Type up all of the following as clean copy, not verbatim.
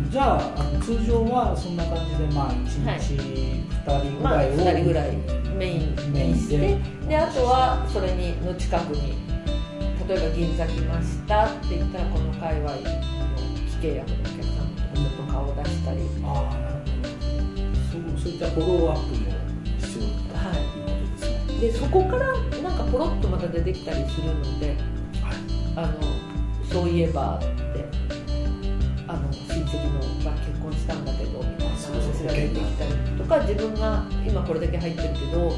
じゃあ通常はそんな感じで、まあ1日2人ぐらいを、 2人ぐらいメインにしてであとはそれの近くに例えば銀座来ましたって言ったらこの界隈の既契約のお客さんとちょっと顔を出したりそういったフォローアップも必要だということですね。 でそこからなんかポロッとまた出てきたりするので、そういえばって親戚のが結婚したんだけどみたいな話が出てきたりとか自分が今これだけ入ってるけど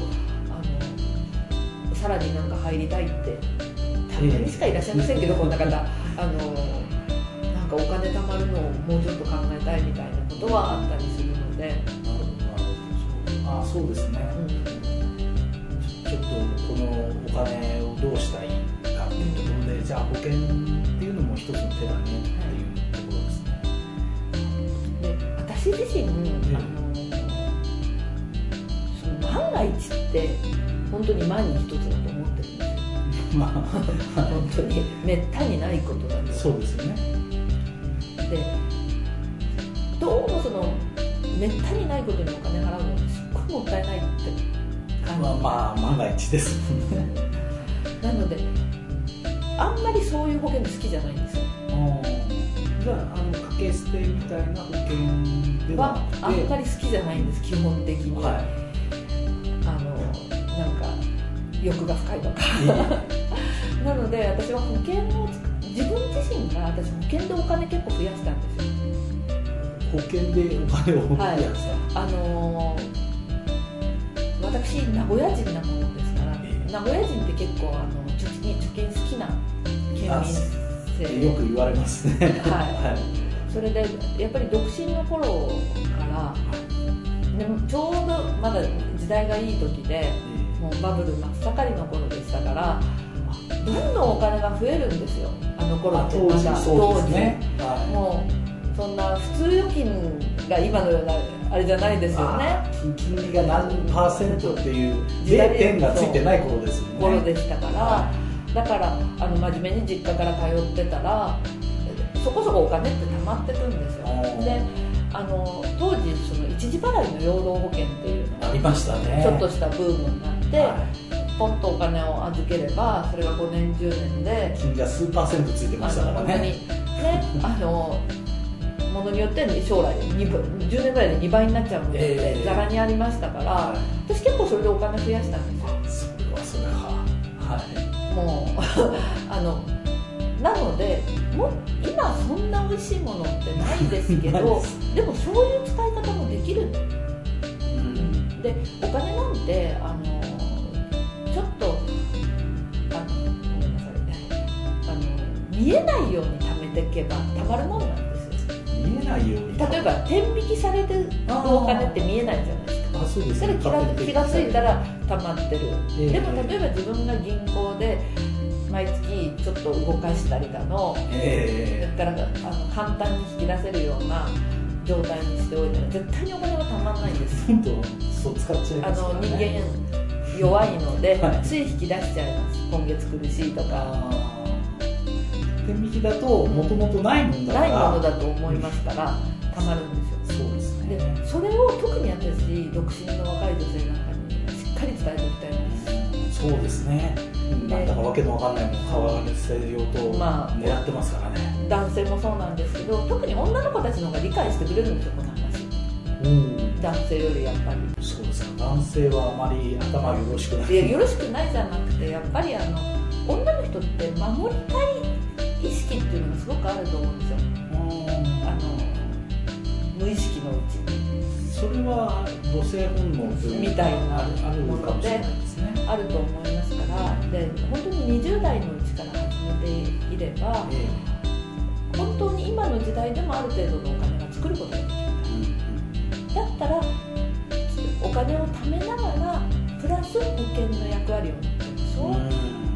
さらになんか入りたいってたまにしかいらっしゃいませんけど、こんな方なんかお金貯まるのをもうちょっと考えたいみたいなことはあったりするので。 そうですね、ちょっとこのお金をどうしたいかっていうところで、じゃあ保険っていうのも一つの手だねっていうところですね。 で私自身、その万が一って本当に万に一つだと思ってるんですよ。本当にめったにないことだと。 そうですよね。 でどうもそのめったにないことにお金払うのってすっごいもったいないって感じ。 万が一ですもんね。 なのであんまりそういう保険好きじゃないんですよ。 じゃあ掛け捨てみたいな保険ではあんまり好きじゃないんです基本的に。なんか欲が深いとかなので私は保険を自分自身が私保険でお金結構増やしたんですよ。 保険でお金を増やした、 私名古屋人なものですから、名古屋人って結構貯金好きな県民性よく言われますね。 それでやっぱり独身の頃からでもちょうどまだ時代がいい時で、もうバブル真っ盛りの頃でしたから、どんどんお金が増えるんですよ。あの頃ってまだ当時、もうそんな普通預金が今のようなあれじゃないですよね。 金利が何パーセントっていう0点がついてない頃ですよね。 頃でしたから、だから真面目に実家から通ってたらそこそこお金って貯まってくんですよ。で当時その一時払いの養老保険っていうのがありましたね。 ちょっとしたブームになって、ポンとお金を預ければそれが5年10年で金利が数パーセントついてましたからね。 ものによって将来10年ぐらいで2倍になっちゃうのでざらにありましたから、私結構それでお金増やしたんですよ。 それはもうなので今そんな美味しいものってないですけどでもそういう使い方もできる、でお金なんてちょっとごめんなさいね、見えないように貯めていけば貯まるもんなんですよ。 見えないように、 例えば天引きされてるお金って見えないじゃないですか。 そうですね。 それ気が付いたら貯まってる、でも例えば自分が銀行で毎月ちょっと動かしたりだの、だから簡単に引き出せるような状態にしておいたら絶対にお金がたまらないんです。 本当そう使っちゃいますからね。 人間弱いので、つい引き出しちゃいます。今月苦しいとか。 天引きだともともとないものだから、 ないものだと思いますからたまるんですよ。 そうですね。 でそれを特に私独身の若い女性なんかにしっかり伝えておきたいんです。 そうですね。なんだかわけのわかんないもの買わせようと狙ってますからね。 男性もそうなんですけど、特に女の子たちの方が理解してくれるんですよ、この話。男性よりやっぱり。 そうですか。男性はあまり頭よろしくない。 よろしくないじゃなくて、やっぱり女の人って守りたい意識っていうのがすごくあると思うんですよ。無意識のうちに。 それは母性本能というみたいなものであると思いますから、で本当に20代のうちから始めていれば、本当に今の時代でもある程度のお金が作ることができる、だったらお金を貯めながらプラス保険の役割を持ってみましょう。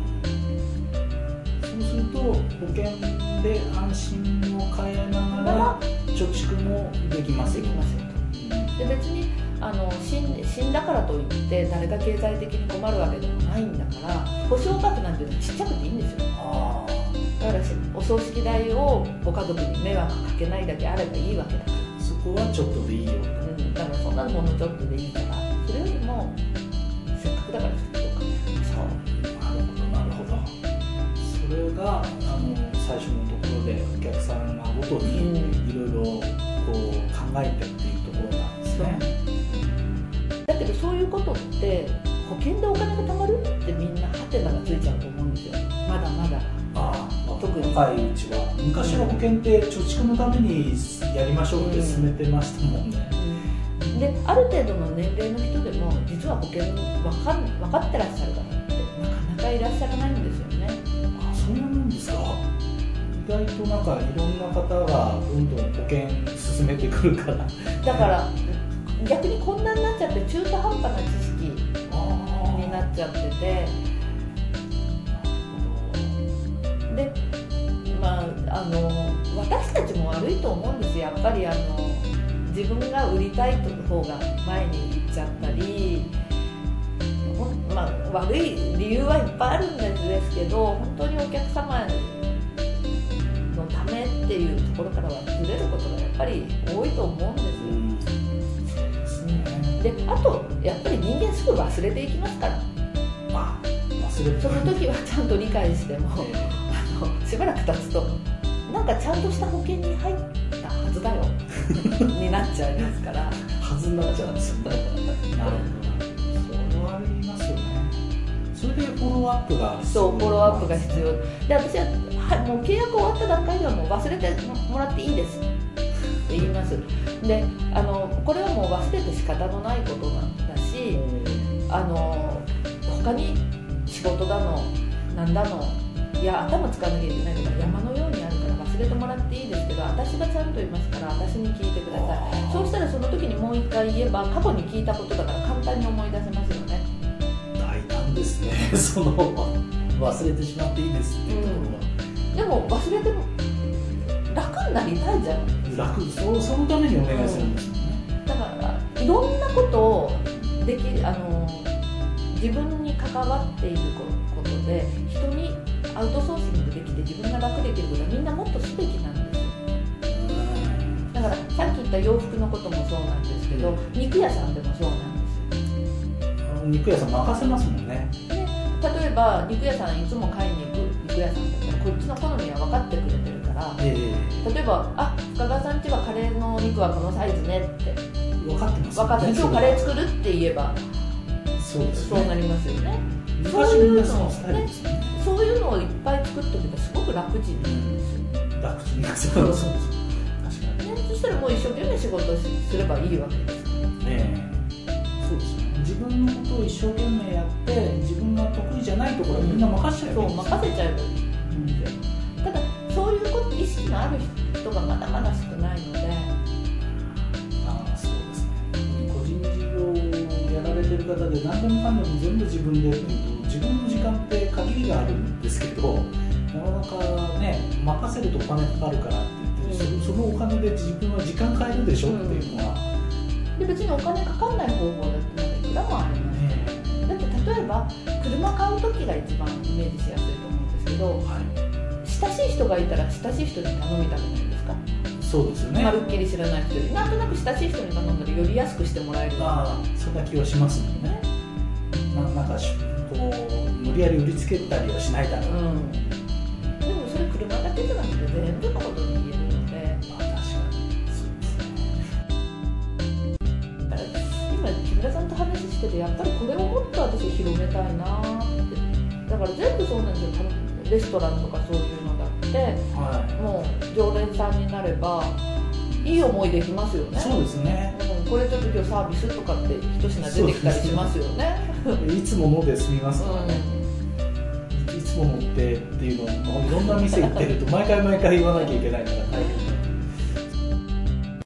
そうすると保険で安心を変えながら貯蓄もできますよと。 で別に死んだからといって誰が経済的に困るわけでもないんだから、保証額なんてちっちゃくていいんですよ。 だからお葬式代をご家族に迷惑かけないだけあればいいわけだから、 そこはちょっとでいいよと、 だからそんなのほんのちょっとでいいから、それよりもせっかくだからちょっとお金。 そう、なるほど。それが最初のところでお客様ごとにいろいろこう考えてっていうところなんですね。 だけどそういうことって保険でお金が貯まるってみんなハテナがついちゃうと思うんですよ。まだまだ。特に若いうちは。昔は保険って貯蓄のためにやりましょうって進めてましたもんね。 である程度の年齢の人でも実は保険分かってらっしゃる方ってなかなかいらっしゃらないんですよね。 そういうもんですか。意外となんかいろんな方がどんどん保険進めてくるから。 だから逆にこんなになっちゃって中途半端な知識になっちゃってて、で私たちも悪いと思うんですよ。やっぱり自分が売りたい方が前に行っちゃったり、悪い理由はいっぱいあるんですけど、本当にお客様のためっていうところからはずれることがやっぱり多いと思うんですよ。であとやっぱり人間すぐ忘れていきますから、その時はちゃんと理解してもしばらく経つとなんかちゃんとした保険に入ったはずだよになっちゃいますからはずになっちゃうんですよね。なるほど。それはありますよね。それでフォローアップが必要。 そう、フォローアップが必要で、私はもう契約終わった段階ではもう忘れてもらっていいですって言います。でこれはもう忘れて仕方のないことなんだし、他に仕事だのなんだのいや頭使わなきゃいけないことが山のようにあるから忘れてもらっていいですけど、私がちゃんと言いますから私に聞いてください。そうしたらその時にもう一回言えば過去に聞いたことだから簡単に思い出せますよね。 大胆ですね。忘れてしまっていいですっていうところは、 でも忘れても楽になりたいじゃん。 楽、そのためにお願いするんですよね。 だからいろんなことをできる自分に関わっていることで人にアウトソーシングできて自分が楽できることはみんなもっとすべきなんですよ。だからさっき言った洋服のこともそうなんですけど、肉屋さんでもそうなんですよ。 肉屋さん任せますもんね。 例えば肉屋さんいつも買いに行く肉屋さんだったらこっちの好みは分かってくれてるから、例えば深川さんちはカレーの肉はこのサイズねって分かってますよね。 分かって今日カレー作るって言えばそうですね。 そうなりますよね。 昔みんなそのスタイルですよね。 そういうのをいっぱい作っておけばすごく楽ちんなんですよ。 楽ちんなんですよ。そう確かにね。 そしたらもう一生懸命仕事すればいいわけですからね。そうですよね。自分のことを一生懸命やって自分が得意じゃないところはみんな任せちゃえばいいんですよ。 任せちゃえばいいんですよ。ただそういうこと意識のある人がまだまだ少ないので、 そうですね。個人事業をやられてる方で何でもかんでも全部自分でっていうと自分の時間って限りがあるんですけど、なかなかね任せるとお金かかるからって言って、そのお金で自分は時間買えるでしょっていうのは、 で別にお金かかんない方法だっていくらもありますね。だって例えば車買う時が一番イメージしやすいと思うんですけど、親しい人がいたら親しい人に頼みたくないですか。 そうですよね。 まるっきり知らない人になんとなく親しい人に頼んだらより安くしてもらえる。 そんな気はしますもんね。なんかこう無理やり売りつけたりはしないだろう、 でもそれ車だけじゃなくて全部のことに言えるので、 確かにそうですね。 だから今木村さんと話しててやっぱりこれをもっと私広めたいなって。だから全部そうなんですよ。レストランとかそういうのだって、もう常連さんになればいい思いできますよね。 そうですね。 これちょっと今日サービスとかって一品出てきたりしますよね。 いつもので済みますからね。いつものっていうのをいろんな店行ってると毎回言わなきゃいけないから大変。